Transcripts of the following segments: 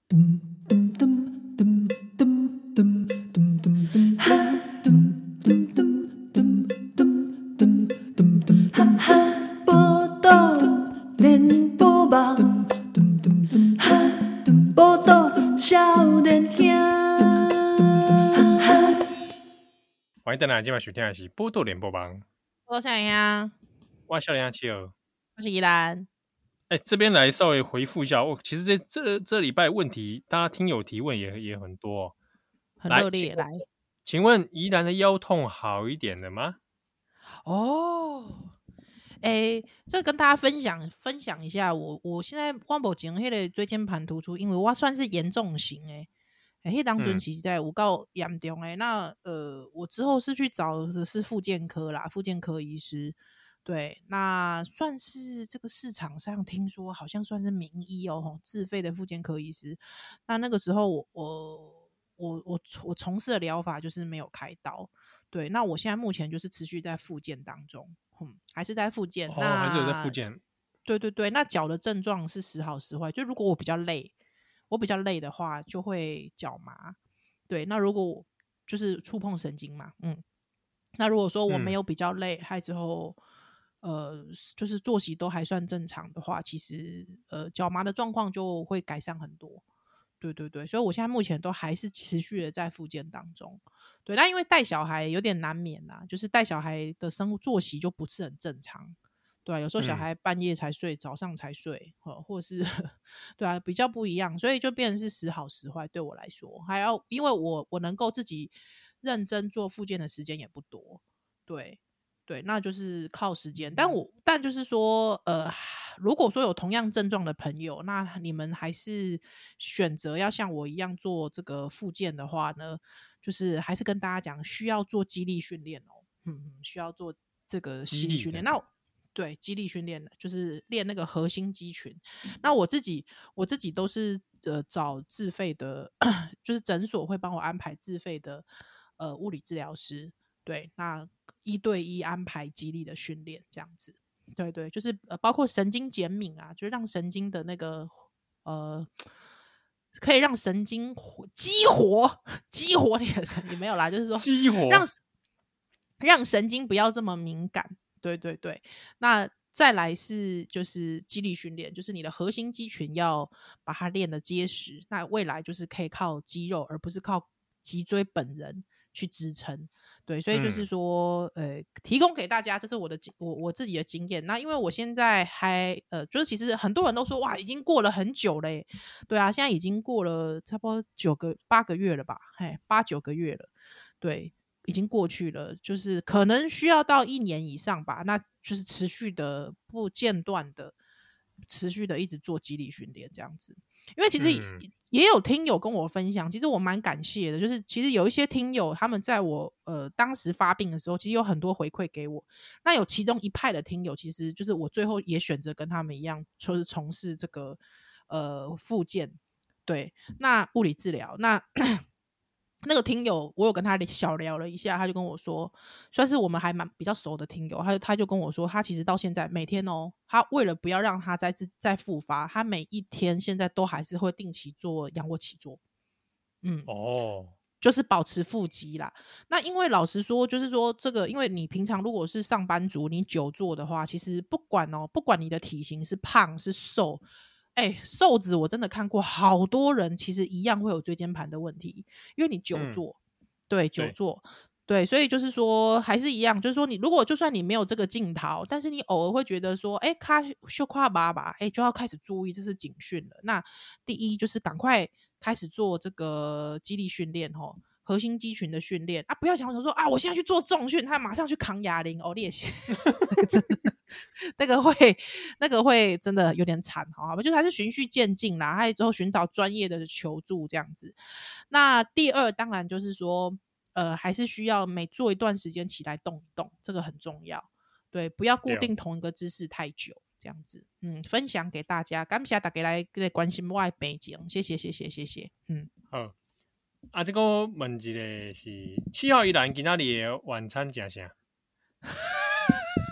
报道连波网，报道少年兄。 欢迎大家今晚收听的是《波多联播网》， 我想一下， 我少年阿七儿， 我是依兰。 这边来稍微回复一下，其实这礼拜问题，大家听友提问也很多、哦， 很热烈。来， 请问宜兰的腰痛好一点了吗？ 哦，这跟大家分享一下，我现在我目前迄个椎间盘突出，因为我算是严重型迄当阵其实在有够严重那我之后是去找的是复健科啦，复健科医师。对，那算是这个市场上听说好像算是名医哦，自费的复健科医师。那个时候我从事的疗法就是没有开刀。对，那我现在目前就是持续在复健当中，还是在复健。那还是有在复健。 对对对，那脚的症状是时好时坏，就如果我比较累的话，就会脚麻。对，那如果我就是触碰神经嘛，那如果说我没有比较累，还之后就是作息都还算正常的话，其实脚麻的状况就会改善很多。对对对，所以我现在目前都还是持续的在复健当中。对，那因为带小孩有点难免啦，就是带小孩的生活作息就不是很正常。对啊，有时候小孩半夜才睡，早上才睡，或者是对啊，比较不一样，所以就变成是时好时坏。对我来说，还要因为我能够自己认真做复健的时间也不多。对对，那就是靠时间。但就是说，如果说有同样症状的朋友，那你们还是选择要像我一样做这个复健的话呢，就是还是跟大家讲，需要做肌力训练哦。需要做这个肌力训练。那对，肌力训练的就是练那个核心肌群。那我自己都是找自费的，就是诊所会帮我安排自费的物理治疗师。对，那1对1安排肌力的训练这样子。对对，就是包括神经减敏啊，就是让神经的那个可以让神经激活你的神经，没有啦，就是说激活让神经不要这么敏感。对对对，那再来是就是肌力训练，就是你的核心肌群要把它练得结实，那未来就是可以靠肌肉而不是靠脊椎本人去支撑。对，所以就是说提供给大家，这是我自己的经验。那因为我现在还就是其实很多人都说哇已经过了很久了耶。对啊，现在已经过了差不多8个月了吧，8、9个月了。对，已经过去了，就是可能需要到1年以上吧，那就是持续的不间断的持续的一直做肌力训练这样子。因为其实也有听友跟我分享，其实我蛮感谢的，就是其实有一些听友他们在我当时发病的时候，其实有很多回馈给我。那有其中一派的听友，其实就是我最后也选择跟他们一样，就是从事这个复健。对，那物理治疗那个听友我有跟他小聊了一下，他就跟我说，算是我们还比较熟的听友，他就跟我说，他其实到现在每天他为了不要让他再复发，他每一天现在都还是会定期做仰卧起坐。就是保持腹肌啦。那因为老实说，就是说这个，因为你平常如果是上班族，你久坐的话，其实不管你的体型是胖是瘦，瘦子我真的看过好多人，其实一样会有椎间盘的问题，因为你久坐。对，久坐。对，所以就是说还是一样，就是说你如果就算你没有这个镜头，但是你偶尔会觉得说卡秀胯爸爸就要开始注意，这是警讯了。那第一就是赶快开始做这个肌力训练核心肌群的训练啊，不要想说啊我现在去做重训，他马上去扛哑铃练习那个会真的有点惨，好吧？就是还是循序渐进啦，还有之后寻找专业的求助这样子。那第二当然就是说还是需要每做一段时间起来动一动，这个很重要。对，不要固定同一个姿势太久这样子。分享给大家，感谢大家来关心我的背景，谢谢。 好，这个问一个是7号宜兰今天的晚餐吃啥？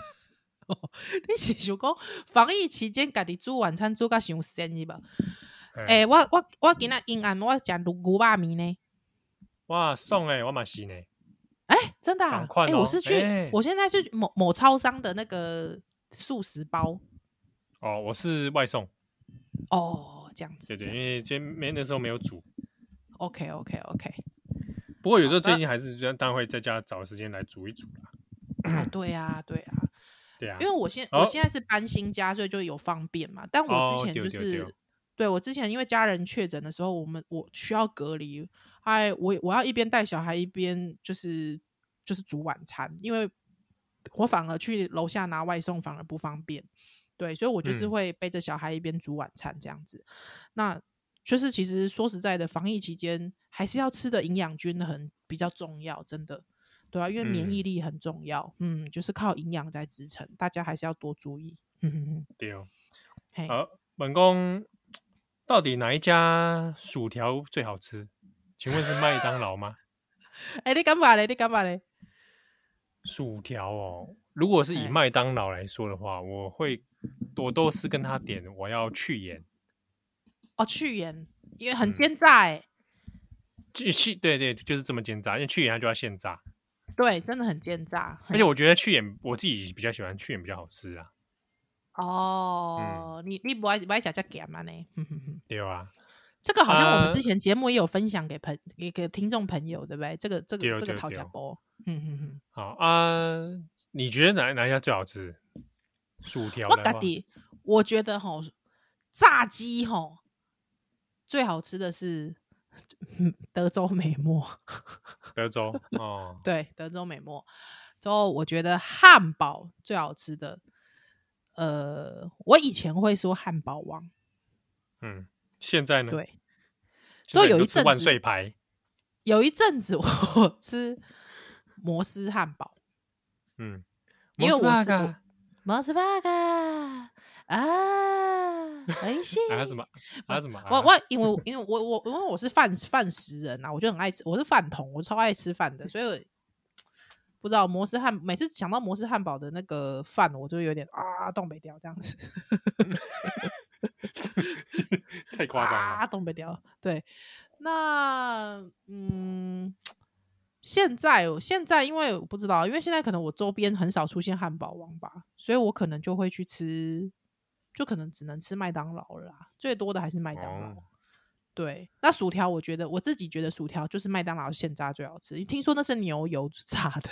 你是想说防疫期间自己煮晚餐煮到伤咸是吧？ 我今仔阴暗，我食牛肉面呢。 哇，送我嘛是呢。 真的啊！我是去，我现在是某超商的那个素食包。 哦，我是外送。 哦，这样子。 对，因为今天那时候没有煮。 OK。 不过有时候最近还是当然会在家找时间来煮一煮啦。 对啊。 对啊， 因为我现在是搬新家，所以就有方便嘛。但我之前就是对我之前因为家人确诊的时候，我需要隔离，我要一边带小孩一边就是煮晚餐，因为我反而去楼下拿外送反而不方便。对，所以我就是会背着小孩一边煮晚餐这样子。那就是其实说实在的，防疫期间还是要吃的营养均衡比较重要，真的。对啊，因为免疫力很重要，就是靠营养在支撑，大家还是要多注意。 对。好，本宫到底哪一家薯条最好吃？请问是麦当劳吗？ 你干嘛嘞？ 薯条哦，如果是以麦当劳来说的话，我都是跟他点我要去盐。 去盐，因为很奸诈对，就是这么奸诈，因为去盐它就要现炸。 对，真的很奸诈。 而且我觉得去盐，我自己比较喜欢去盐比较好吃啊。 你不爱吃这咸吗呢？ 对啊， 这个好像我们之前节目也有分享给听众朋友，对不对？这个讨价包。 好啊，你觉得哪一家最好吃？薯条的话， 我觉得炸鸡最好吃的是德州美墨。 德州哦， 对，德州美墨。之后我觉得汉堡最好吃的，我以前会说汉堡王， 现在呢？ 对， 之后有一阵子万岁牌， 有一阵子我吃摩斯汉堡，因为我是摩斯巴嘎很香什么？ 因为我是饭食人啊，我就很爱吃，我是饭桶，我超爱吃饭的，所以不知道每次想到摩斯汉堡的那个饭，我就有点东北调这样子。 太夸张了东北调。对，那现在因为我不知道，因为现在可能我周边很少出现汉堡王吧，所以我可能就会去吃，就可能只能吃麦当劳了啦，最多的还是麦当劳。对，那薯条我自己觉得薯条就是麦当劳现炸最好吃，听说那是牛油炸的。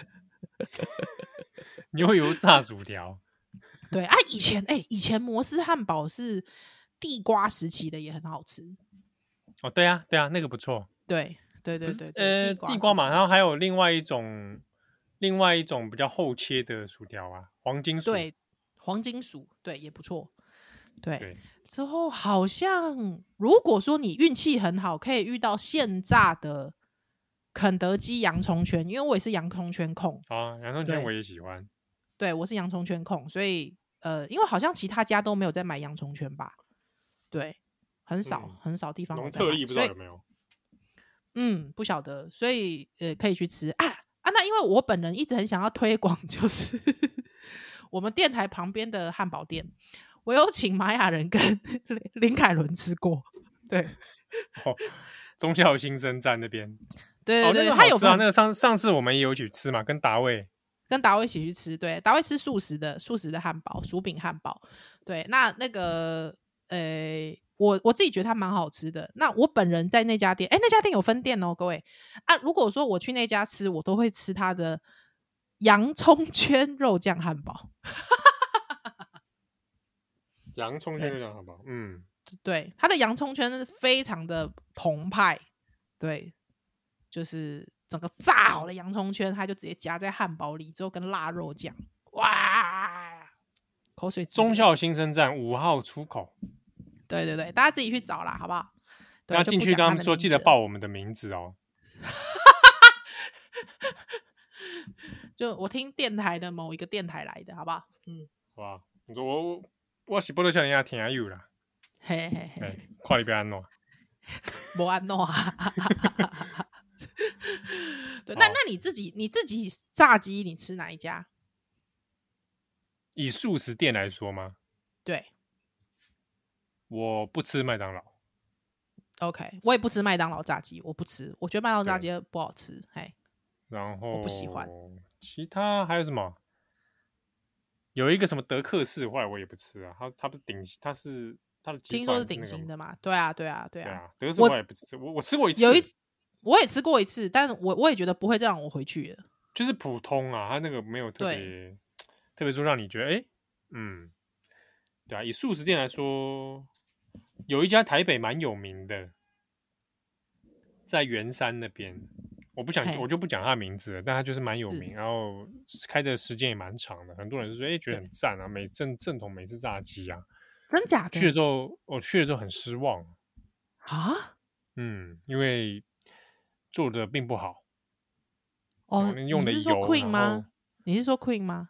牛油炸薯条。 对啊，以前摩斯汉堡是地瓜时期的，也很好吃。 对啊，那个不错。 对， 地瓜嘛，然后还有另外一种比较厚切的薯条啊，黄金薯。 对，黄金薯，对，也不错。对，之后好像如果说你运气很好，可以遇到现炸的肯德基洋葱圈，因为我也是洋葱圈控洋葱圈我也喜欢。 对，我是洋葱圈控，所以因为好像其他家都没有在买洋葱圈吧？对，很少地方有在买， 农特利不知道有没有？ 不晓得，所以可以去吃啊。那因为我本人一直很想要推广，就是我们电台旁边的汉堡店，我有请玛雅人跟林凯伦吃过。对， 忠孝新生站那边。 对， 那个好吃啊！那个上次我们也有一起吃嘛，跟达卫一起去吃。对，达卫吃素食的汉堡，薯饼汉堡。对，那个我自己觉得它蛮好吃的。那我本人在那家店，那家店有分店哦，各位啊。如果说我去那家吃，我都会吃它的洋葱圈肉酱汉堡。 洋葱圈肉酱汉堡， 对，它的洋葱圈非常的澎湃，对，就是整个炸好的洋葱圈，它就直接夹在汉堡里，之后跟腊肉酱，哇，口水。 忠孝新生站5号出口。 对，大家自己去找啦，好不好？ 要进去跟他们说，记得报我们的名字哦。 就我听电台的某一个电台来的，好不好？ 好吧，你说我是不能叫人家听有啦。 嘿， 看你不要安怎， 不安怎啊？对，那你自己炸鸡你吃哪一家？ 以素食店来说吗？ 对。 我不吃麦当劳。 OK， 我也不吃麦当劳炸鸡，我不吃，我觉得麦当劳炸鸡不好吃，嘿。 然后我不喜欢。 其他还有什么？有一个什么德克士，后来我也不吃啊。它不是它的集听说是团那个顶新的嘛？对啊， 德克士我也不吃，我吃过一次， 我也吃过一次，但是我也觉得不会再让我回去了， 就是普通啊，它那个没有特别说让你觉得对啊。以素食店来说，有一家台北蛮有名的，在圆山那边。我就不讲他的名字了，但他就是蛮有名，然后开的时间也蛮长的，很多人就说觉得很赞啊，正统美式炸鸡啊。 真假的？ 我去了之后很失望啊。 因为做的并不好。用的你是说油 Queen 吗？你是说 Queen 吗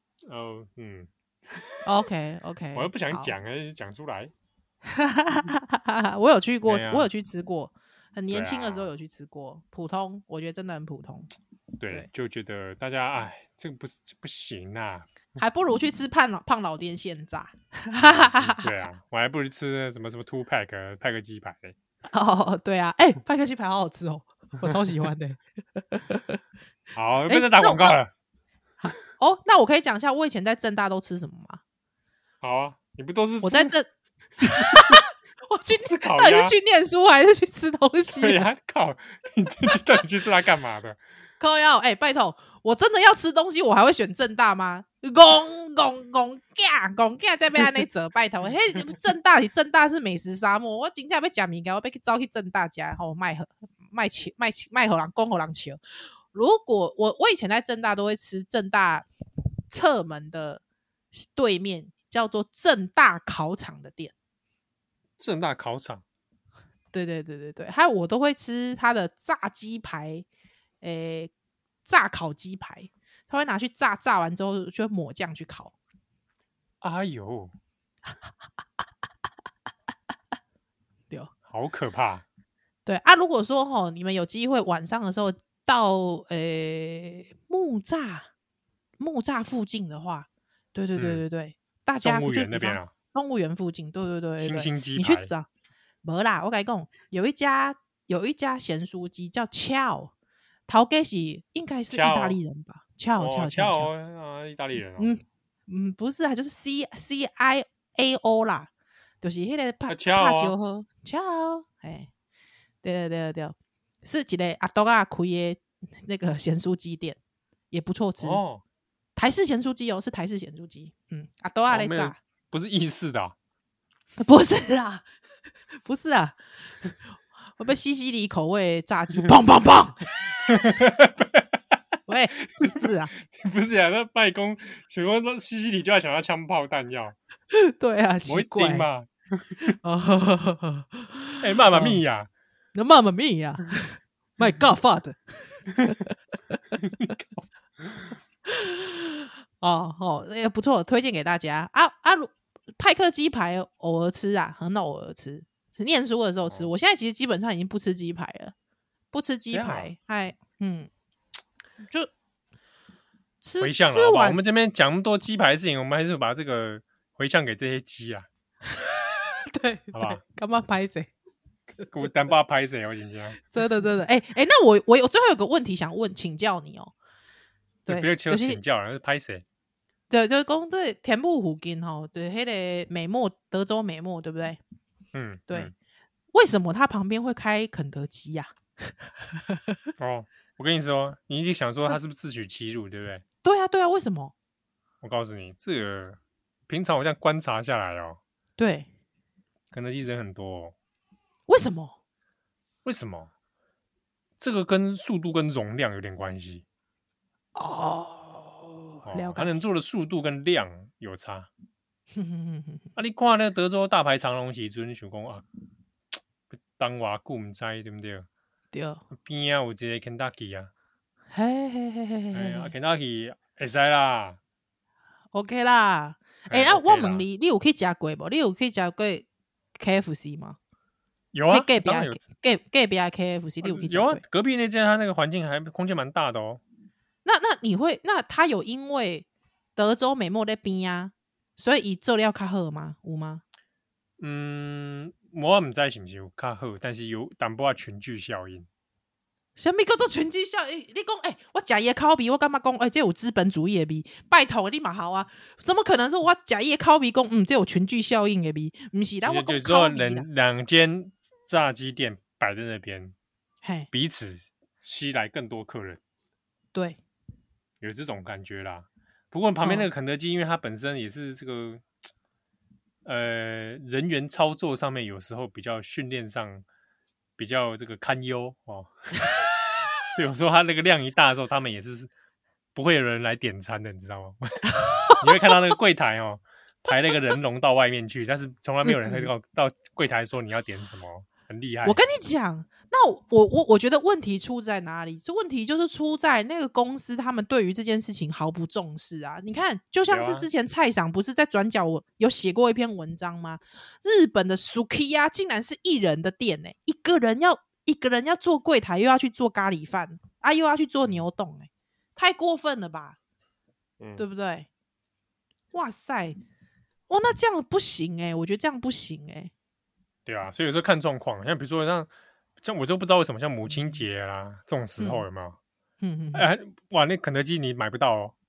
？OK， 我又不想讲，讲出来。 我有去过， 啊我有去吃过。很年轻的时候有去吃过，普通，我觉得真的很普通。 对，就觉得大家这个不行啊， 还不如去吃胖老店现炸。 对啊，我还不如吃什么 two pack 派克鸡排嘞。 对啊，派克鸡排好好吃哦，我超喜欢的。 好，不要再打广告了。 那我可以讲一下我以前在政大都吃什么吗？ 好啊，你不都是我在这。我去吃烤鸭，到底是去念书还是去吃东西？ 对呀，靠！你到底去这来干嘛的？ 靠腰，拜托，我真的要吃东西，我还会选政大吗？公价这边那折，拜托，政大是美食沙漠，我真正要吃物件，我要去走去政大家，然后卖给人讲给人笑。如果我以前在政大都会吃政大侧门的对面叫做政大烤场的店。 政大烤场， 对，还有我都会吃他的炸鸡排，炸烤鸡排，他会拿去炸完之后就抹酱去烤。 哎呦， 对， 好可怕。 对啊，如果说你们有机会晚上的时候到木栅附近的话，对，大家动物园那边啊。 动物园附近，对， 星星鸡排， 你去找。没啦，我跟你讲，有一家咸酥鸡叫俏，头家是应该是意大利人吧？俏意大利人不是啊，就是 CIAO 啦，就是那个帕酒喝俏，对，是一个阿多啊开的那个咸酥鸡店，也不错吃台式咸酥鸡是台式咸酥鸡，阿多啊在炸。 不是意式的不是啊，我被西西里口味炸鸡，砰砰砰！喂，不是啊， 不是啊，那拜公想说西西里就要想要枪炮弹药， 对啊，奇怪嘛。妈妈咪呀 ，My Godfather。也不错，推荐给大家派克鸡排偶尔吃啊，很偶尔吃，是念书的时候吃。我现在其实基本上已经不吃鸡排了，不吃鸡排，就吃回向了，好吧？我们这边讲那么多鸡排的事情，我们还是把这个回向给这些鸡啊， 对， 好吧？ 干嘛拍谁？ 我单把拍谁？我紧张。 真的，那我最后有个问题想请教你哦。对， 不要请教了，是拍谁？ 对，就是讲这田木附近对，那个美墨德州美墨，对不对？对。为什么它旁边会开肯德基呀？ 我跟你说，你一定想说他是不是自取其辱，对不对？ 对啊，为什么？ 我告诉你，这个平常我这样观察下来对， 肯德基人很多为什么？ 这个跟速度跟容量有点关系他能做的速度跟量有差。你看那德州大排长龙时阵，想讲当偌久唔知对不对？ 对， 边有一个 Kentucky 啊， 嘿 ，Kentucky 会使啦 ，OK 啦。我问你有去吃过无？你有去吃过 KFC 吗？ 有啊， 隔壁的 KFC 你有去吃过？ 有啊，隔壁那间它那个环境空间蛮大的哦。 那他有因为德州美墨在边啊，所以做料较好吗？有吗？ 我不知道是不是有较好，但是有淡薄仔群聚效应。 什么叫做群聚效应？你讲，我吃伊的烤味，我感觉讲，这有资本主义的味，拜托你嘛好啊，怎么可能是我吃伊的烤味，讲，这有群聚效应的味？不是，但我讲烤味啦。 两间炸鸡店摆在那边， 彼此吸来更多客人， 对， 有这种感觉啦。不过旁边那个肯德基，因为它本身也是这个，人员操作上面有时候比较训练上比较这个堪忧哦。所以有时候他那个量一大的时候，他们也是不会有人来点餐的，你知道吗？你会看到那个柜台哦，排那个人龙到外面去，但是从来没有人会到柜台说你要点什么，很厉害。 我跟你讲，那我觉得问题出在哪里？这问题就是出在那个公司他们对于这件事情毫不重视啊！你看，就像是之前蔡赏不是在转角有写过一篇文章吗？日本的 Sukiya 竟然是1人的店欸，一个人要做柜台，又要去做咖喱饭啊，又要去做牛丼，太过分了吧？对不对？哇塞，哇，那这样不行我觉得这样不行对啊，所以有时候看状况，像比如说像我就不知道为什么像母亲节啦这种时候有没有？哇，那肯德基你买不到哦，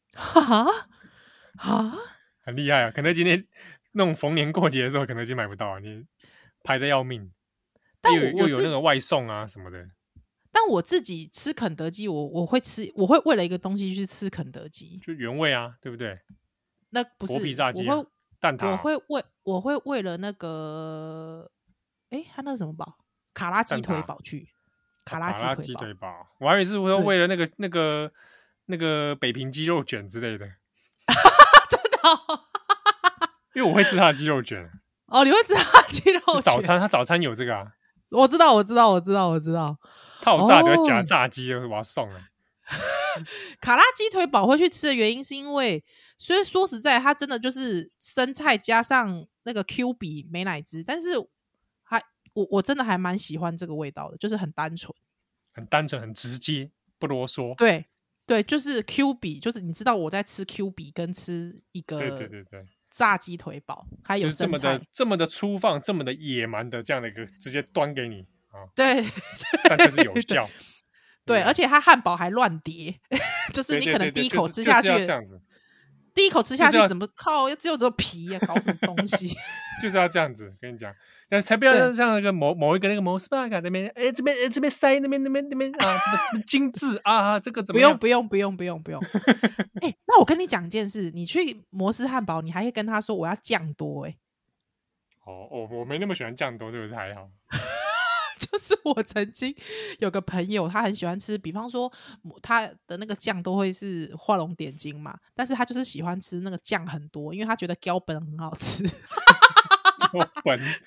很厉害啊！肯德基那种逢年过节的时候，肯德基买不到，你排得要命。但又有那个外送啊什么的。 但我自己吃肯德基，我会为了一个东西去吃肯德基， 就原味啊，对不对？ 那不是薄皮炸鸡、蛋挞， 我会为了那个，他那个什么堡，卡拉鸡腿堡去。卡拉鸡腿堡， 我还以为是说为了那个北平鸡肉卷之类的。 真的因为我会吃他的鸡肉卷。 哦，你会吃他的鸡肉卷？ 他早餐有这个啊。 我知道。 他有炸的假炸鸡，我要送了。 卡拉鸡腿堡会去吃的原因是因为，所以说实在，它真的就是生菜加上那个 Q 比美乃滋，但是我真的还蛮喜欢这个味道的，就是很单纯， 很直接，不啰嗦。 对，就是 Q 比，就是你知道我在吃 Q 比跟吃一个对炸鸡腿堡，还有生菜， 就是这么的粗放，这么的野蛮的这样的一个直接端给你啊， 对， 但就是有效。 对，而且它汉堡还乱叠，就是你可能第一口吃下去， 这样子， 第一口吃下去怎么靠？只有皮啊，搞什么东西？ 就是要这样子，跟你讲，才不要像那个某一个那个摩斯巴卡那边，这边塞那边啊，这么精致啊，这个怎么样？ 不用。那我跟你讲一件事，你去摩斯汉堡，你还可以跟他说我要酱多我没那么喜欢酱多，这个是还好。 就是我曾经有个朋友，他很喜欢吃，比方说他的那个酱都会是画龙点睛嘛，但是他就是喜欢吃那个酱很多，因为他觉得胶本很好吃。 胶本啊，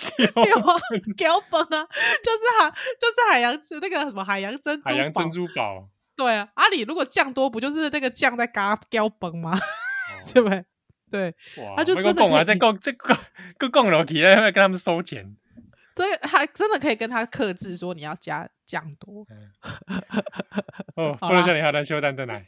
就是海洋那个什么海洋珍珠堡。对啊，你如果酱多，不就是那个酱在胶本吗？对不对？对，他就真的可以再讲下去，要跟他们收钱。 对，他真的可以跟他克制说你要加酱多。 不能叫你好，咱小等来。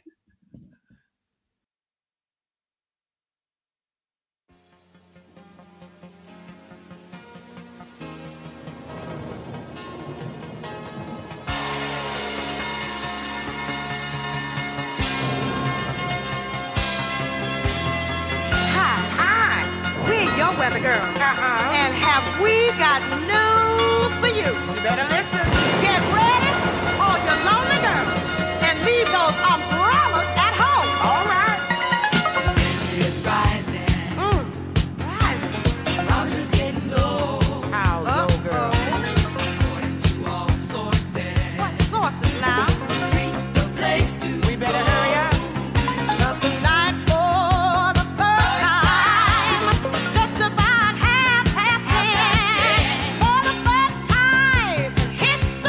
Hi, we're your weather girls. And have we got news for you? You better listen. Get ready, all your lonely girls, and leave those umbrellas at home. All right. It's rising. Rising. Problems getting low. How low, girl? According to all sources. What sources now? The streets, the place to We better go. hurry up. 'Cause tonight, for the first time, just about 10:30, for the first time, hits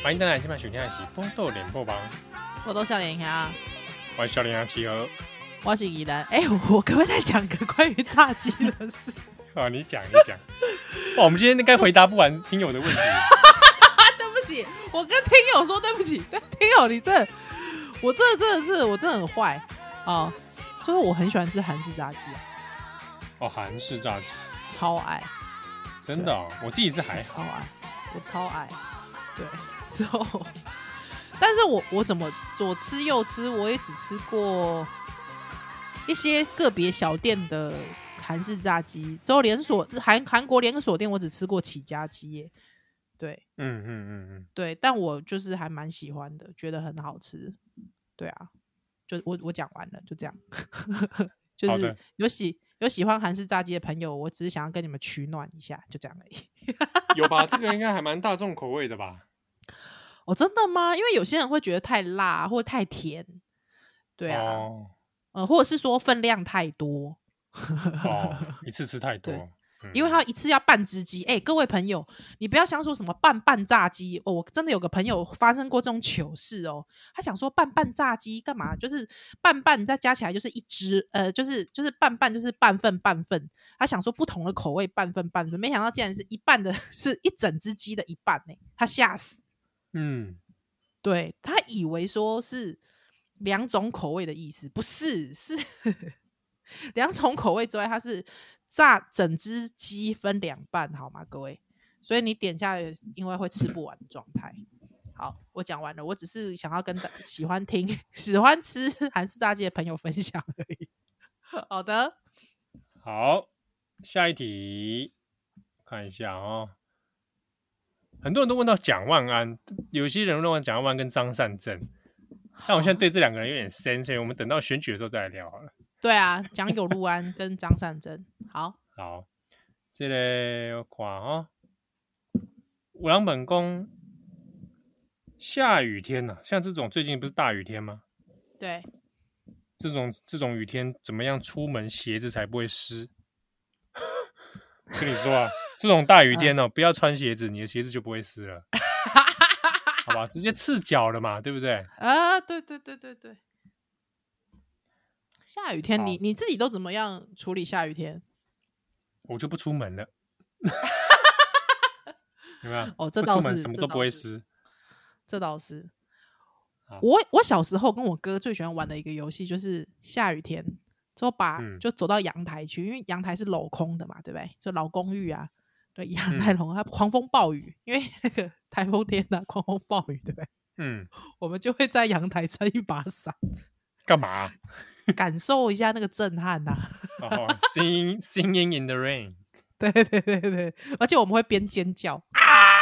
欢迎大家今晚收听的是《波豆联播帮》， 我都笑脸呀， 我是笑脸七和。 我是宜兰。我可不可以再讲个关于炸鸡的事？ 好，你讲。哇，我们今天应该回答不完听友的问题。 对不起，我跟听友说对不起。听友，你我真的很坏啊！就是我很喜欢吃韩式炸鸡哦，韩式炸鸡， 超爱， 真的哦，我自己是还好， 我超爱。对，之后，但是我怎么左吃右吃，我也只吃过一些个别小店的韩式炸鸡，之后韩国连锁店我只吃过起家鸡耶。对，对，但我就是还蛮喜欢的，觉得很好吃。对啊，就我讲完了，就这样。就是有喜欢韩式炸鸡的朋友，我只是想要跟你们取暖一下，就这样而已。 有吧？这个应该还蛮大众口味的吧？ 哦，真的吗？因为有些人会觉得太辣或太甜，对啊，或者是说分量太多， 一次吃太多。 因为他一次要半只鸡，各位朋友，你不要想说什么半炸鸡哦。我真的有个朋友发生过这种糗事哦，他想说半炸鸡干嘛？就是半再加起来就是一只，就是半就是半份。他想说不同的口味半份，没想到竟然是一半的，是一整只鸡的一半呢，他吓死。对，他以为说是两种口味的意思，不是，是两种口味之外，它是炸整只鸡分两半，好吗，各位？所以你点下来，因为会吃不完的状态。好，我讲完了，我只是想要跟喜欢吃韩式炸鸡的朋友分享而已。好的， 好，下一题，看一下哦。很多人都问到蒋万安，有些人问到蒋万安跟张善政，但我现在对这两个人有点深，所以我们等到选举的时候再来聊好了。 对啊，蒋友路安跟张善政，好， 这个我看哦，有人问讲下雨天啊，像这种最近不是大雨天吗？ 对， 这种雨天怎么样出门鞋子才不会湿？跟你说啊，这种大雨天哦，不要穿鞋子，你的鞋子就不会湿了，好吧？直接赤脚了嘛，对不对？ 对。下雨天你自己都怎么样处理下雨天？ 我就不出门了，有没有？ 哦，这倒是什么都不会湿。 这倒是。我小时候跟我哥最喜欢玩的一个游戏就是下雨天之后就走到阳台去，因为阳台是镂空的嘛，对不对？就老公寓啊，对，阳台它狂风暴雨，因为那个台风天啊，狂风暴雨，对不对？我们就会在阳台撑一把伞， 干嘛？ 感受一下那个震撼呐 ！Singing in the rain， 对，而且我们会边尖叫啊！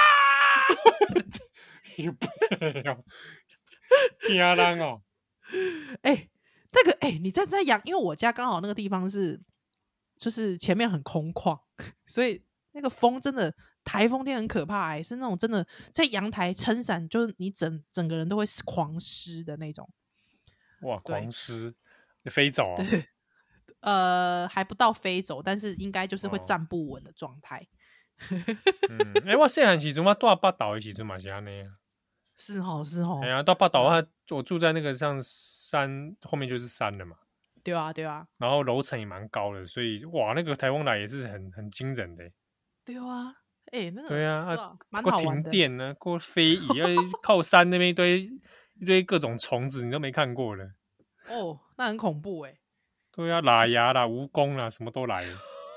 天人哦！ 那个你在因为我家刚好那个地方就是前面很空旷，所以那个风真的台风天很可怕是那种真的在阳台撑伞，就是你整个人都会狂湿的那种。 哇，狂湿！飞走还不到飞走，但是应该就是会站不稳的状态。 我细汉时阵我住北投的时阵嘛是安尼啊。 是哦。 哎呀，到北投我住在那个像山后面就是山了嘛。 对啊。 然后楼层也蛮高的，所以哇，那个台风来也是很惊人的。 对啊，那个对啊， 蛮好玩的。 停电呢，过飞蚁，靠山那边一堆各种虫子，你都没看过的。 哦，那很恐怖对啊，喇牙啦、蜈蚣啦，什么都来了。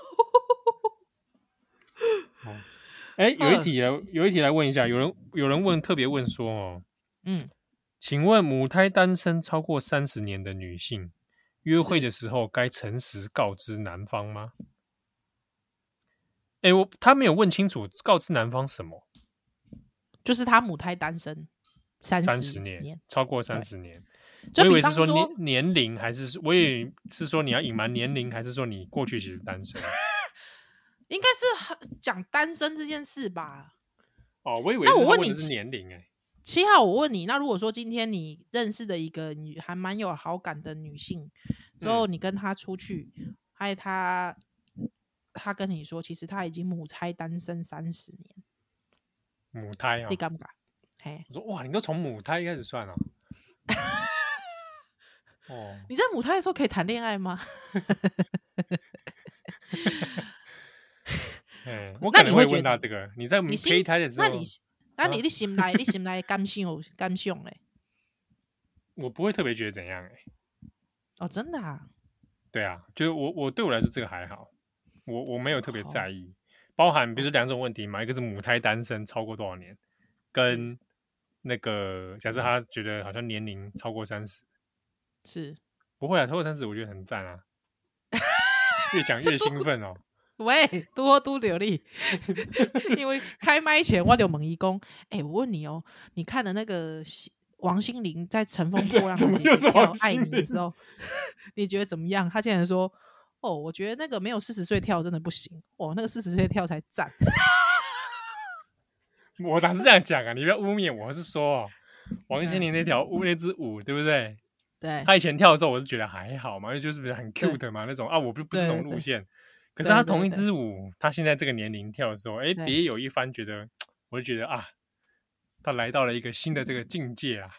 有一题来问一下，有人特别问说哦，请问母胎单身超过30年的女性，约会的时候该诚实告知男方吗？他没有问清楚告知男方什么， 就是他母胎单身 30年，超过30年。 我以为是说年龄，还是我以为是说你要隐瞒年龄，还是说你过去其实单身？ 应该是讲单身这件事吧。 我以为是他问的是年龄 7号，我问你，那如果说今天你认识的一个你还蛮有好感的女性，之后你跟她出去，还有她跟你说，其实她已经母胎单身30年， 母胎你敢不敢？ 嘿， 我说哇，你都从母胎开始算啊？哦， 你在母胎的时候可以谈恋爱吗？ 我可能会那你会觉得问到这个。你在你胚胎的时候， 你心内感想嘞？ 我不会特别觉得怎样哦，真的啊？ 对啊，就是我对我来说这个还好，我没有特别好在意，包含比如说两种问题嘛，一个是母胎单身超过多少年，跟那个假设他觉得好像年龄超过30， 是不会啊，超过30我觉得很赞啊，越讲越兴奋哦。 喂，多流利。因为开麦前我就问伊讲，我问你哦，你看了那个王心凌在《乘风破浪》 怎么又是跳王心凌爱你的时候，你觉得怎么样？他竟然说，哦，我觉得那个没有40岁跳真的不行，哦，那个40岁跳才赞。 我哪是这样讲啊？你不要污蔑我，是说王心凌那支舞，对不对？ 对， 他以前跳的时候，我是觉得还好嘛，就是比较很 cute 嘛那种啊，我不是那种路线。可是他同一支舞，他现在这个年龄跳的时候，别有一番觉得，我就觉得啊，他来到了一个新的这个境界啊。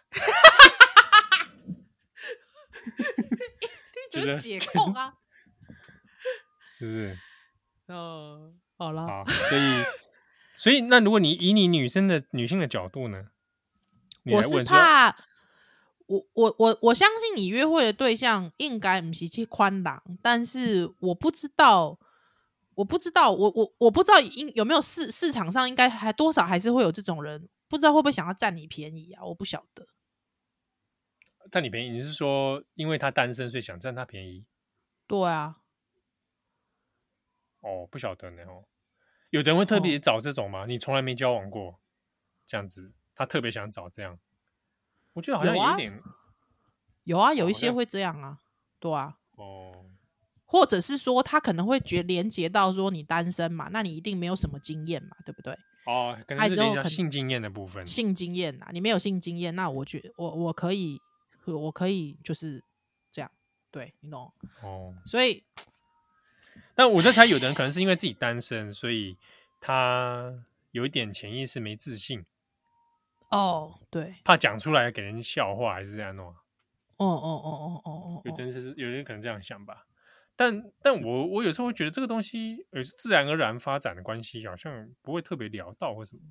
你就是解控啊， 是不是？ 好了， 好，所以那如果你以你女性的角度呢？ 我是怕，我相信你约会的对象应该不是去宽朗，但是我不知道，我不知道有没有市场上应该还多少还是会有这种人，不知道会不会想要占你便宜啊？我不晓得。 占你便宜，你是说因为他单身所以想占他便宜？ 对啊。 哦，不晓得呢哦。有人会特别找这种吗？你从来没交往过这样子，他特别想找这样。我觉得好像有一点。 有啊，有一些会这样啊，对啊。 哦。 或者是说他可能会连结到说你单身嘛，那你一定没有什么经验嘛，对不对？ 哦，可能是连到性经验的部分。 性经验啊，你没有性经验，那我觉得我可以就是这样，对，你懂哦。所以， 但我在猜，有的人可能是因为自己单身，所以他有一点潜意识没自信。 哦，对， 怕讲出来给人笑话，还是这样弄。 有人可能这样想吧。但我有时候会觉得这个东西也是自然而然发展的关系，好像不会特别聊到或什么吧。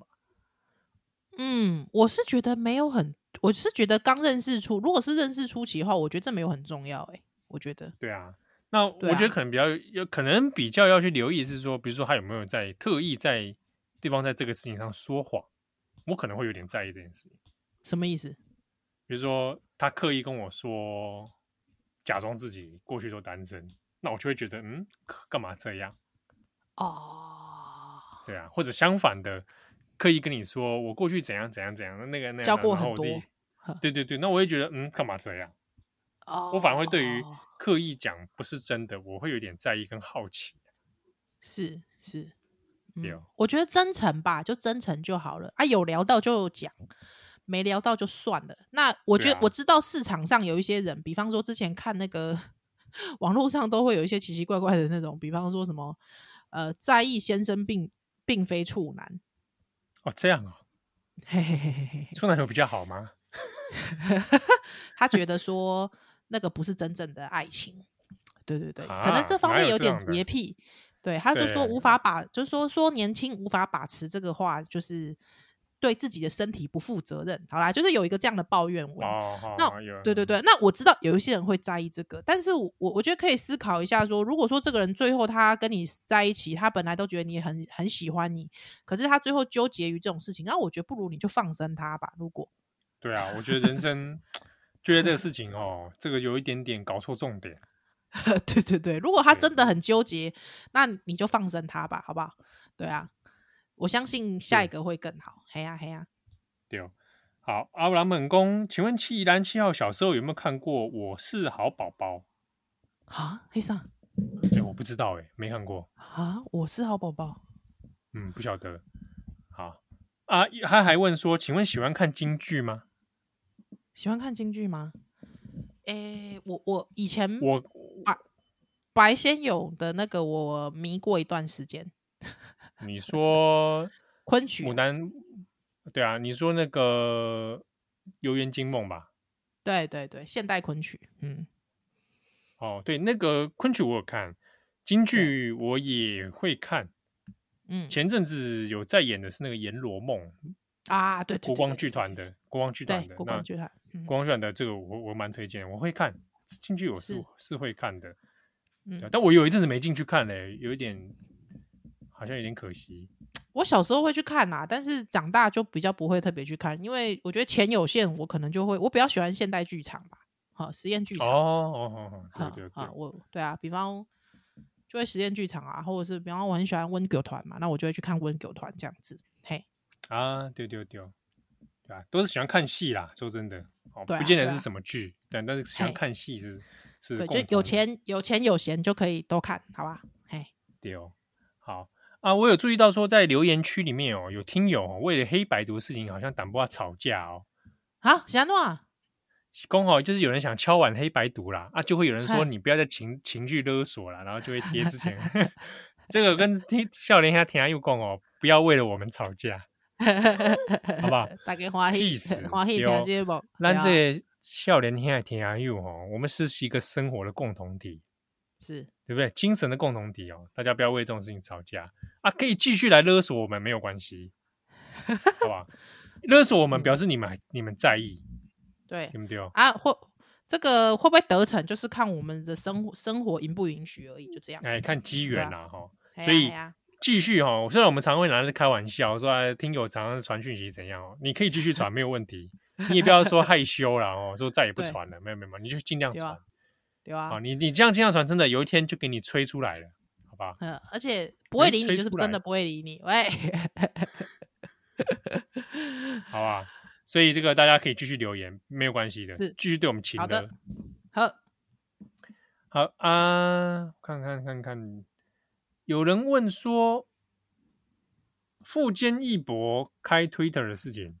我是觉得没有我是觉得刚认识如果是认识初期的话，我觉得这没有很重要。我觉得。 对啊，那我觉得可能比较要去留意是说，比如说他有没有特意在对方在这个事情上说谎，我可能会有点在意这件事情。 什么意思？ 比如说他刻意跟我说，假装自己过去都单身。那我就会觉得，干嘛这样？ 哦， 对啊，或者相反的，刻意跟你说我过去怎样怎样怎样，那样交过很多， 对，那我会觉得，干嘛这样？我反而会对于刻意讲不是真的，我会有点在意跟好奇。 是， 对， 我觉得真诚吧，就真诚就好了啊，有聊到就讲，没聊到就算了。那我觉得我知道市场上有一些人，比方说之前看那个。网络上都会有一些奇奇怪怪的那种，比方说什么在意先生并非处男。 哦，这样啊，处男有比较好吗？ 他觉得说那个不是真正的爱情，对， 啊， 可能这方面有点洁癖。对，他就说无法就是说年轻无法把持这个话，就是对自己的身体不负责任。好啦，就是有一个这样的抱怨文。那对，那我知道有一些人会在意这个，但是我觉得可以思考一下说，如果说这个人最后他跟你在一起，他本来都觉得你很喜欢你，可是他最后纠结于这种事情，那我觉得不如你就放生他吧。如果对啊，我觉得人生觉得这个事情这个有一点点搞错重点。 对，如果他真的很纠结，那你就放生他吧，好不好？对啊。我相信下一个会更好。嘿呀。 对，好，阿布拉猛公，请问7兰7号小时候有没有看过《我是好宝宝》 啊？黑上？ 我不知道没看过啊。我是好宝宝， 不晓得。好啊，他还问说，请问喜欢看京剧吗？ 喜欢看京剧吗？我以前我白先勇的那个我迷过一段时间。 你说昆曲牡丹， 对啊，你说那个《游园惊梦》吧？ 对对对，现代昆曲， 哦，对，那个昆曲我有看，京剧我也会看。前阵子有在演的是那个《阎罗梦》 啊，对， 国光剧团的，国光剧团的， 国光剧团， 国光剧团的这个我蛮推荐，我会看京剧，我是会看的，但我有一阵子没进去看嘞，有一点好像有点可惜。 我小时候会去看啦，但是长大就比较不会特别去看，因为我觉得钱有限，我可能就会，我比较喜欢现代剧场吧，好，实验剧场。 对， 对啊，比方就会实验剧场啊，或者是比方我很喜欢温狗团嘛，那我就会去看温狗团这样子。嘿， 啊，对啊，都是喜欢看戏啦，说真的， 对啊， 不见得是什么剧，但是喜欢看戏是对，就有钱有闲就可以都看，好吧？嘿， 对哦，好。啊，我有注意到说，在留言区里面有听友为了黑白读的事情，好像胆不怕吵架哦。 好，想诺啊， 刚好就是有人想敲碗黑白读啦，就会有人说你不要再情绪勒索啦，然后就会贴之前这个跟笑脸下听又讲哦，不要为了我们吵架，好不好？ 大家欢喜欢喜听节目， 咱这笑脸下听又我们是一个生活的共同体。 是对不对？精神的共同体哦，大家不要为这种事情吵架啊！可以继续来勒索我们，没有关系，好吧？勒索我们表示你们在意， 对对不对啊？这个会不会得逞，就是看我们的生活允不允许而已，就这样。 哎，看机缘啦哈。 所以继续哈，虽然我们常会拿着开玩笑说听友常常传讯息怎样哦，你可以继续传没有问题，你也不要说害羞啦哦，说再也不传了，没有，你就尽量传。 对啊， 好，你这样经常传，真的有一天就给你吹出来了，好吧？ 而且不会理你，就是真的不会理你，喂， 好吧？所以这个大家可以继续留言，没有关系的，继续对我们情的。好啊，看，有人问说富坚义博开 Twitter 的事情，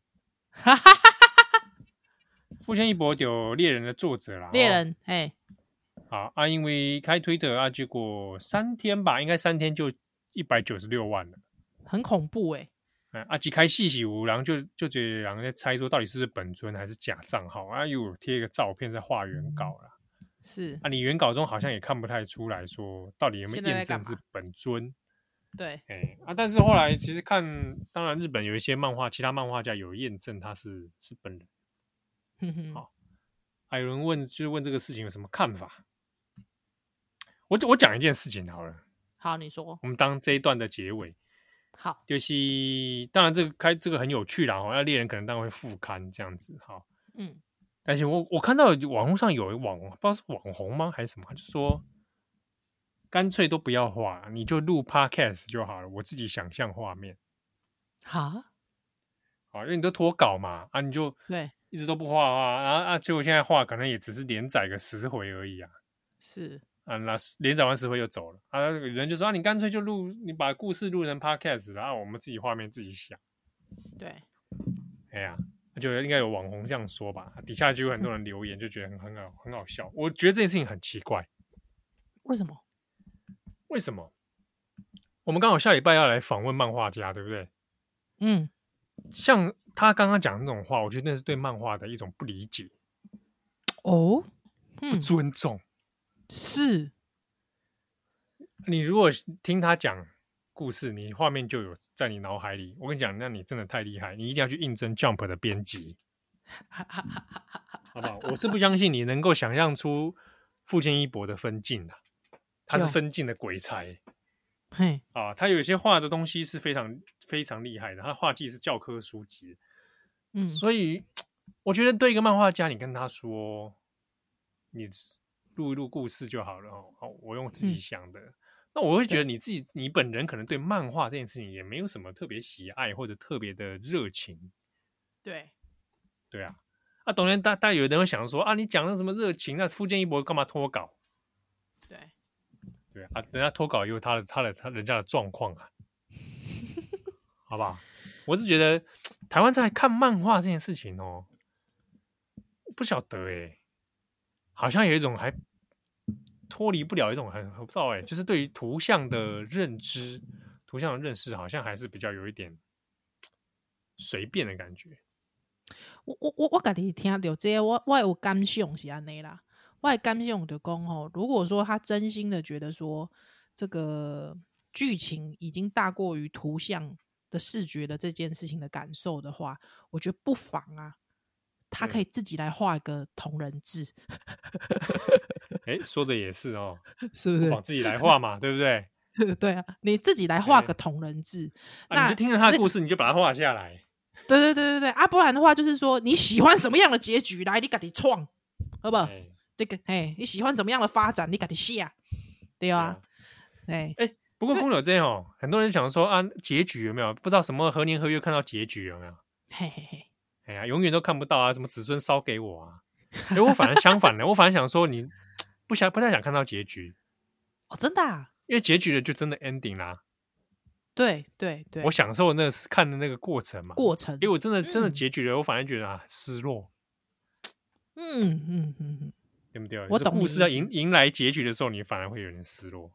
富坚义博有猎人的作者啦， 猎人，哎。 好啊，因为开推特啊，结果3天吧，应该3天就196万了， 很恐怖哎、 啊，几开细无，然后就觉得人在猜说到底是不是本尊还是假账号啊？又贴一个照片在画原稿啦， 是啊，你原稿中好像也看不太出来说到底有没有验证是本尊， 对， 但是后来其实看，当然日本有一些其他漫画家有验证他是本人，好，有人问这个事情有什么看法？我讲一件事情好了。 好，你说。 我们当这一段的结尾。 好， 就是当然这个很有趣啦，那猎人可能当然会复刊这样子，好，但是我看到网络上有不知道是网红吗还是什么，就说干脆都不要画，你就录 podcast 就好了，我自己想象画面。好，因为你都脱稿嘛，你就对一直都不画啊，结果现在画可能也只是连载个10回而已啊。 是。 那连载完10回就走了啊！人就说你干脆就你把故事录成 podcast， 然后我们自己画面自己想。 对， 哎呀，就应该有网红这样说吧。底下就有很多人留言，就觉得很好笑。我觉得这件事情很奇怪。 为什么？ 我们刚好下礼拜要来访问漫画家，对不对？像他刚刚讲的那种话，我觉得那是对漫画的一种不理解。不尊重。 是， 你如果听他讲故事，你画面就有在你脑海里。我跟你讲，那你真的太厉害，你一定要去应征 Jump 的编辑，好不好？我是不相信你能够想象出富坚义博的分镜的，他是分镜的鬼才。他有一些画的东西是非常非常厉害的，他的画技是教科书级。所以我觉得对一个漫画家，你跟他说，你录一录故事就好了我用自己想的，那我会觉得你本人可能对漫画这件事情也没有什么特别喜爱或者特别的热情。对啊，当然大家有人会想说你讲的什么热情，那富坚义博干嘛脱稿？对啊，人家脱稿也有他人家的状况啊，好不好？我是觉得台湾在看漫画这件事情不晓得好像有一种还脱离不了一种我不知道就是对于图像的认知、图像的认识，好像还是比较有一点随便的感觉。 我家己听到这个，我有感想是安尼啦。我的感想就讲吼，如果说他真心的觉得说这个剧情已经大过于图像的视觉的这件事情的感受的话，我觉得不妨啊，他可以自己来画一个同人志， 说的也是哦， 是不是？ 不妨自己来画嘛，对不对？ 对啊，你自己来画个同人志，那你就听着他的故事，你就把它画下来。 对啊，不然的话就是说你喜欢什么样的结局，来你自己创，好不好？这个你喜欢怎么样的发展，你自己写，对啊。 不过公牛这样很多人想说啊，结局有没有？不知道什么何年何月看到结局有没有？哎呀，永远都看不到啊！什么子孙烧给我啊？我反而相反的，我反而想说你不太想看到结局哦，真的啊？ 因为结局了就真的 ending 啦。 对， 我享受那个看的那个过程嘛，因为我真的结局了，我反而觉得啊失落。对不对？ 我懂。 故事要迎来结局的时候，你反而会有点失落。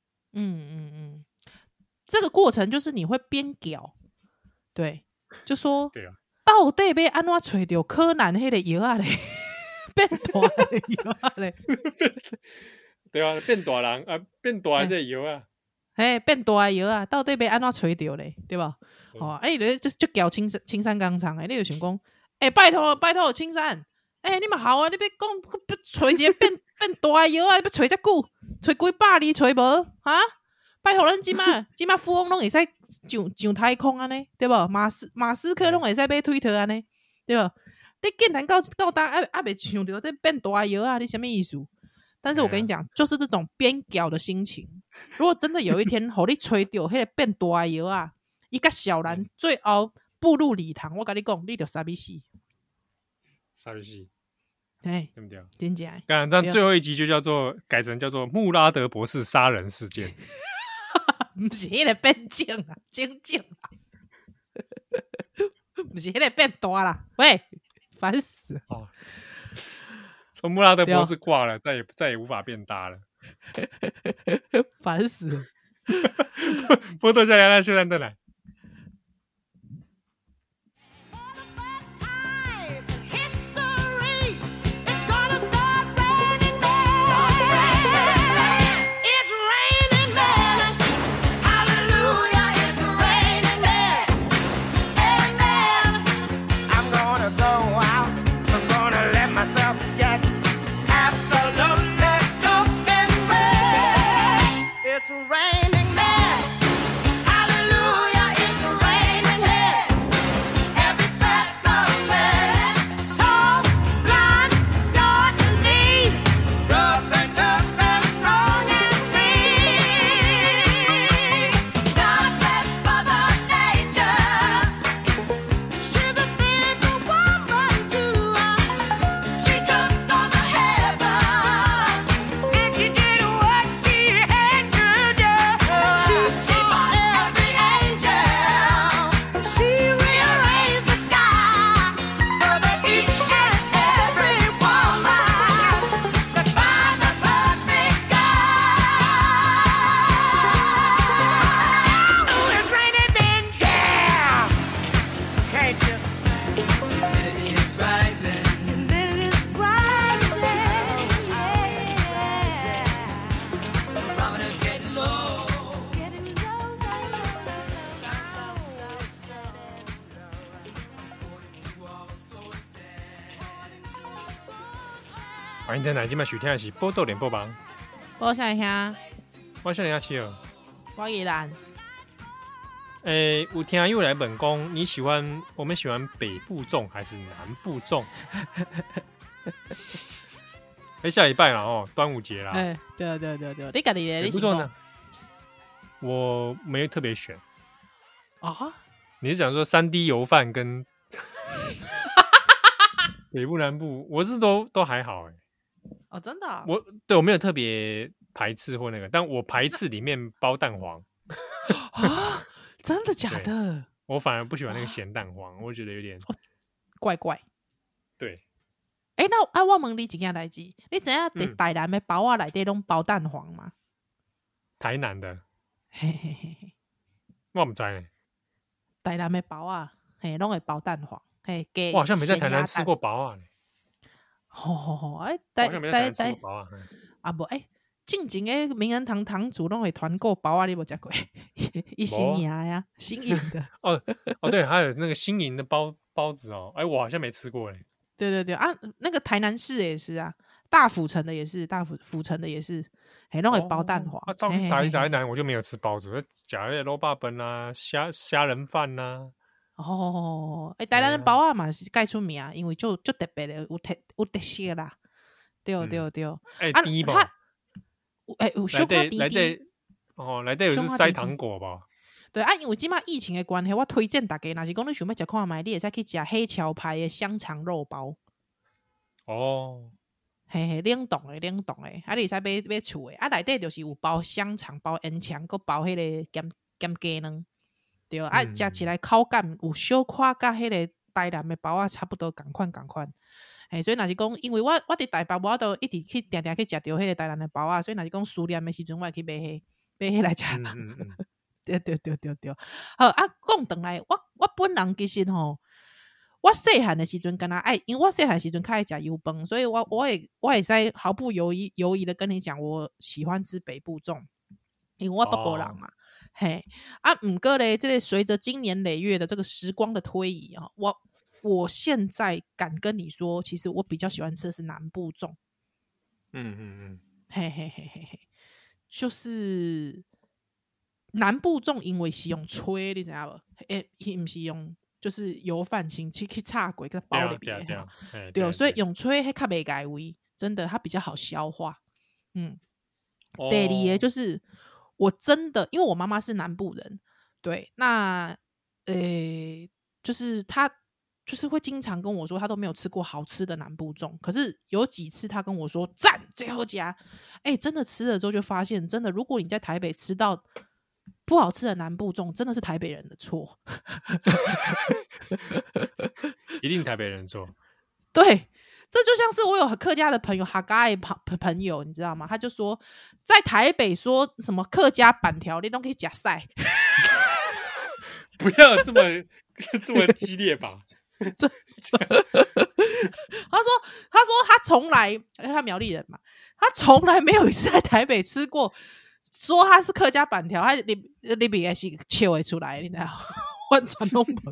这个过程就是你会边屌，对，就说对啊， 到底要安怎找到柯南迄个药啊嘞，变大的药啊嘞， 对啊，变大人啊，变大的这药啊。 变大的药啊，到底要安怎找到嘞？对吧？就搞青山刚昌你就想讲，拜托青山，你嘛好啊，你别讲找一个变大的药啊，你要找遮久，找几百年找无哈？拜托咱即马富翁拢会使上太空安尼，对不？马斯克拢会使买推特安尼，对不？你竟然到当未想到这变大的药啊，你什么意思？但是我跟你讲，就是这种边角的心情。如果真的有一天，互你吹到迄个变大的药啊，伊甲小兰最后步入礼堂，我跟你讲，你就傻逼死， 傻逼死， 对不对？ 真假？ 但最后一集就改成叫做穆拉德博士杀人事件， 不是迄个变正啊，真正啊，不是迄个变大啦，喂，烦死哦！从穆拉德博士挂了，再也无法变大了， 烦死了！ 波多加来秀兰的来。 It's raining men. Hallelujah, it's raining men. Every specimen, tall, blind, dark and lean, rough and tough and strong and mean. God bless Mother Nature. She's a simple woman too. She took on the heaven and she did what she had to do. She fought every angel. She rearranged the sky so that each and every woman could find the perfect guy. Ooh, it's raining men, yeah. Can't you? And it's rising. And then it's rising, yeah. The barometer's getting low. Getting low, low, According to all sources. 欢迎在南京麦收听的是波豆联播榜， 我想一下， 我少年阿七儿。 我依然有听友来问讲，我们喜欢北部粽还是南部粽？下礼拜了哦，端午节啦。 对，你家己北部粽呢？我没有特别选啊。 你是讲说3D 油饭跟北部南部，我是都还好哦，真的啊？ 我没有特别排斥或那个，但我排斥里面包蛋黄。 啊，真的假的？ 我反而不喜欢那个咸蛋黄，我觉得有点怪怪。 对， 那我问你一件代志，你知影伫台南的包啊内底拢包蛋黄吗？ 台南的， 嘿， 我唔知呢。 台南的包啊， 嘿，拢会包蛋黄，嘿，给我好像没在台南咸鸭蛋。 吃过包啊， 哎， 我好像没在台南吃过包啊。 啊不，进前诶名人堂堂主拢会团购包啊，你无食过？伊新颖呀，新颖的。 哦，对，还有那个新营的包子哦，我好像没吃过嘞。 对啊，那个台南市也是啊，大府城的也是，大府城的也是，嘿，拢会包蛋黄。 照片台南我就没有吃包子，我夹那肉霸本啊，虾仁饭呐。 台南的包啊嘛是介出名，因为就特别的有特色啦。对， 低吧？ 有小可低。 内底有是塞糖果吧？ 对啊，因为即马疫情的关系，我推荐大家，若是讲你想要食看卖，你会使去食黑桥牌的香肠肉包。嘿，冷冻的，啊，你会使买厝的，啊，内底就是有包香肠、包烟肠，佮包迄个咸鸡卵。对，啊，食起来口感有小可甲迄个台南的包啊差不多共款。嘿，所以若是讲，因为我伫台北，我都一直去定去食着迄个台南的包啊，所以若是讲思念的时阵，我会去买迄来食。对。好啊，讲转来，我本人其实吼，我细汉的时阵敢若爱，因为我细汉的时阵较爱食油饭，所以我会使毫不犹豫的跟你讲，我喜欢吃北部粽，因为我北部人嘛。嘿啊，不过咧，这个随着经年累月的这个时光的推移啊，我现在敢跟你说，其实我比较喜欢吃的是南部粽。嘿，就是南部粽，因为是用吹，你知道无？不是用就是油饭先去炒过，给它包里面。对，所以用吹还较袂改味，真的它比较好消化。第二个就是我真的，因为我妈妈是南部人，对，那就是她就是会经常跟我说，她都没有吃过好吃的南部粽。可是有几次她跟我说赞，最后家，真的吃了之后就发现，真的如果你在台北吃到不好吃的南部粽，真的是台北人的错。 一定台北人错。 对，这就像是我有客家的朋友，哈嘎的朋友，你知道吗？他就说，在台北说什么客家板条，你都可以夹晒。 不要这么激烈吧。 他说他从来，他苗栗人嘛，他从来没有一次在台北吃过，说他是客家板条，他你比也是笑会出来，你知道吗？完全都没。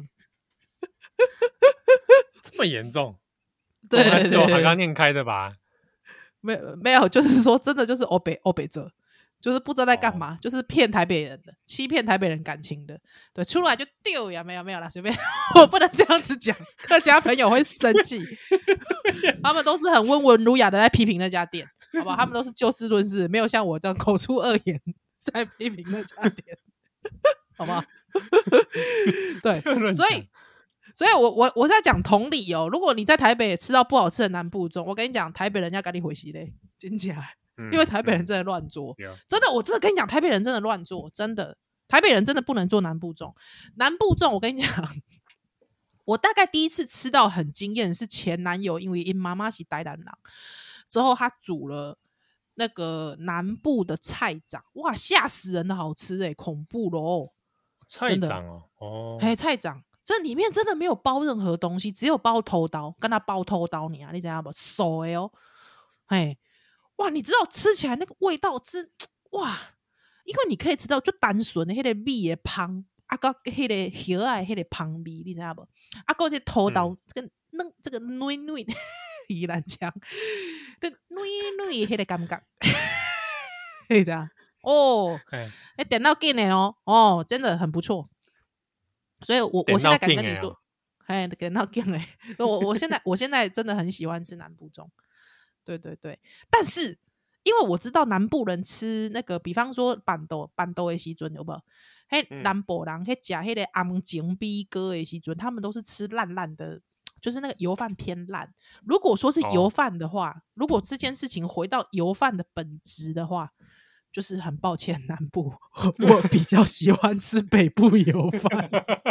这么严重？ 对， 是我刚刚念开的吧？ 没有，就是说真的就是欧北者，就是不知道在干嘛，就是骗台北人的，欺骗台北人感情的。对，出来就丢呀，没有啦，随便，我不能这样子讲，客家朋友会生气。他们都是很温文儒雅的在批评那家店，好不好？他们都是就事论事，没有像我这样口出恶言在批评那家店，好不好？对，所以我在讲同理哦。如果你在台北吃到不好吃的南部粽，我跟你讲，台北人要赶紧回去嘞，真假？因为台北人真的乱做，真的，我真的跟你讲，台北人真的乱做，真的，台北人真的不能做南部粽。南部粽，我跟你讲，我大概第一次吃到很惊艳是前男友，因为因妈妈是台南人，之后他煮了那个南部的菜掌，哇，吓死人的好吃恐怖咯！ 菜掌哦， 菜掌。这里面真的没有包任何东西，只有包头刀，跟他包头刀你知道不？熟的哦，哇，你知道吃起来那个味道哇，因为你可以吃到就单纯的那个米的香，啊个那个叶的那个香味，你知道不？啊个这头刀这个软宜兰腔，软那个感觉，你知道？点到劲的哦，真的很不错。所以我现在敢跟你说，点到劲哎！我现在真的很喜欢吃南部粽，对，但是因为我知道南部人吃那个，比方说板豆的时阵有没有？南部人吃那个红情米糕的时阵，他们都是吃烂的，就是那个油饭偏烂。如果说是油饭的话，如果这件事情回到油饭的本质的话，就是很抱歉，南部我比较喜欢吃北部油饭。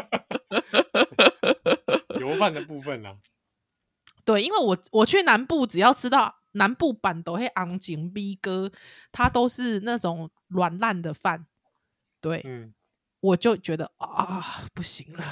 油饭的部分啦， 对，因为我去南部，只要吃到南部板豆黑红景米糕，它都是那种软烂的饭，对，我就觉得不行了。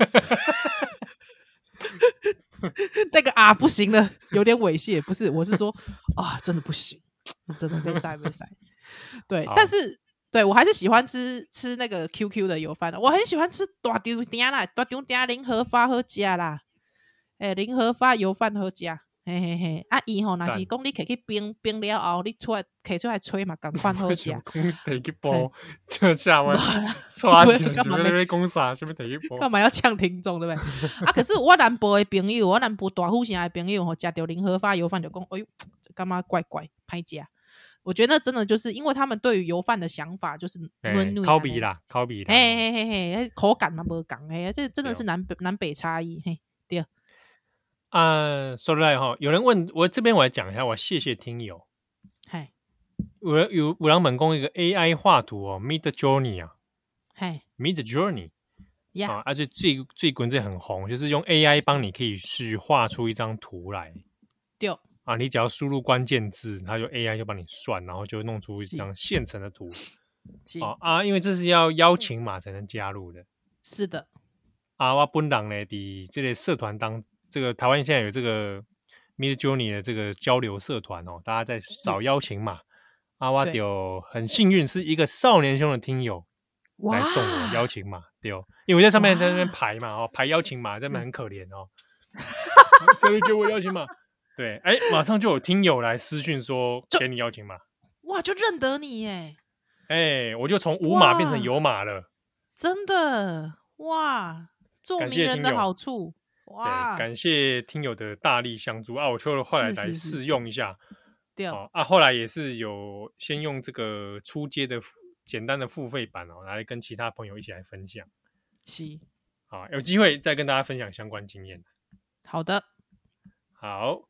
那个啊不行了，有点猥亵，不是，我是说啊，真的不行，真的没塞没塞。对， 好但是对我还是喜欢吃那个 QQ 的油饭的，我很喜欢吃大丢丁啦，大丢丁零和发好吃啦，零和发油饭好吃。嘿嘿嘿，啊伊吼，若是赞讲你摕去冰了后，你摕出来吹嘛，共款好为吃什。么讲摕去煲？这下我抓起来，什么在讲啥？什么摕去煲？ 干嘛要呛听众对不对？啊，可是我南部的朋友，我南部大户城的朋友吼，食到零和发油饭就讲，哎呦，干嘛怪怪歹食？我觉得真的就是因为他们对于油饭的想法就是嫩嫩烤比啦，烤比啦。 嘿嘿嘿嘿，口感嘛无共嘿，这真的是对南北差异嘿。对， 说出来哈，有人问我这边，我来讲一下，我谢谢听友。 嘿有人问讲一个 AI 画图哦，Mid Journey 啊嘿 ，Mid Journey 呀， 啊，而且最近这很红，就是用 AI 帮你可以去画出一张图来对， 啊，你只要输入关键字，它就 AI 就帮你算，然后就弄出一张现成的图是因为这是要邀请码才能加入的是的， 啊。我本人呢，的这类社团这个台湾现在有这个 Mid Journey 的这个交流社团哦，大家在找邀请码啊，我对就很幸运是一个少年兄的听友哇来送我邀请码，对哦，因为我在上面在那边哇排嘛，排邀请码，在那边很可怜哦，谁给我邀请码？对，哎，马上就有听友来私讯说给你邀请码， 哇，就认得你耶， 哎，我就从无码变成有码了， 真的哇，做感名人的谢听友好处哇对，，感谢听友的大力相助啊，我就后来来是是是试用一下， 对， 后来也是有先用这个初阶的简单的付费版来跟其他朋友一起来分享， 是有机会再跟大家分享相关经验。 好的， 好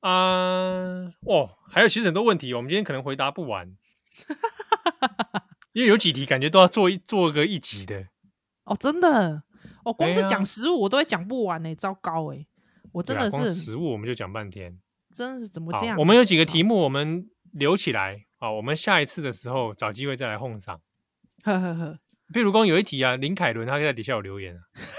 还有其实很多问题，我们今天可能回答不完，因为有几题感觉都要做个一集的。 哦，真的，哦，光是对啊讲食物我都会讲不完呢，糟糕哎，我真的对啊光是食物我们就讲半天。 真的是怎么好这样啊？ 我们有几个题目我们留起来我们下一次的时候找机会再来哄上。 呵呵呵， 譬如说有一题啊，林凯伦他在底下有留言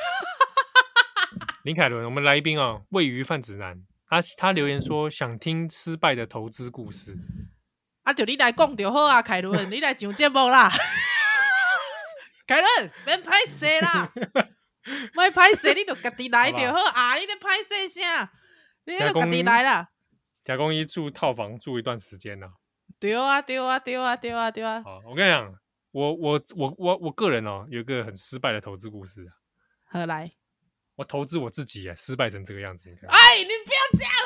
林凯伦，我们来宾位于泛指南，他留言说想听失败的投资故事。 啊，就你来讲就好啊，凯伦，你来上节目啦。凯伦，免歹势啦，莫歹势，你就家己来就好啊！你咧歹势啥？你就家己来啦。 贾公一住套房住一段时间了。 对啊，对啊，对啊，对啊，对啊。 好，我跟你讲，我个人有一个很失败的投资故事。 何来？ 我投资我自己失败成这个样子，你看。 哎，你不要这样，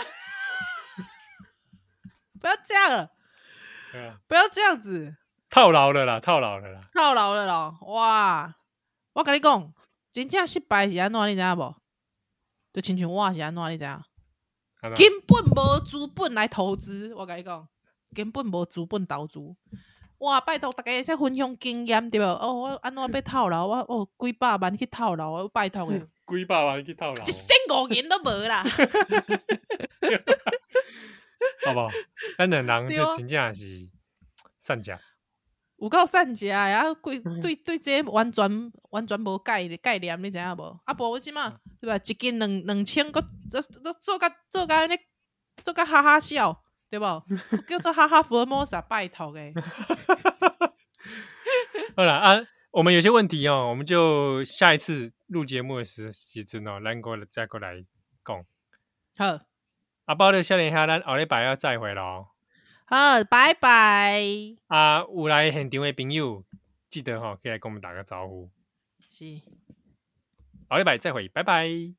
不要这样了， 对啊， 不要这样子， 套牢了啦，套牢了啦。 套牢了啦！哇，我跟你讲，真正失败是安怎，你知影无？就亲像我是安怎，你知影？ 看到根本无资本来投资，我跟你讲，根本无资本投资。哇，拜托大家先分享经验对无？哦，我安怎要套牢？我几百万去套牢，我拜托诶， 几百万去套牢， 一仙5银都无啦。 好不好？咱两人对就真正是善假。 有够善食诶，啊，对这完全无概念，你知影无？啊，无我即马对吧？一斤2000个，做甲哈哈笑，对无？叫做哈哈福尔摩斯，拜托诶。 好啦我们有些问题我们就下一次录节目的时阵咱再过来讲。 好， 阿包的少年兄，咱后礼拜要再会咯。 好，拜拜。 有来现场的朋友，记得可以来跟我们打个招呼。 是。 后礼拜再会，拜拜。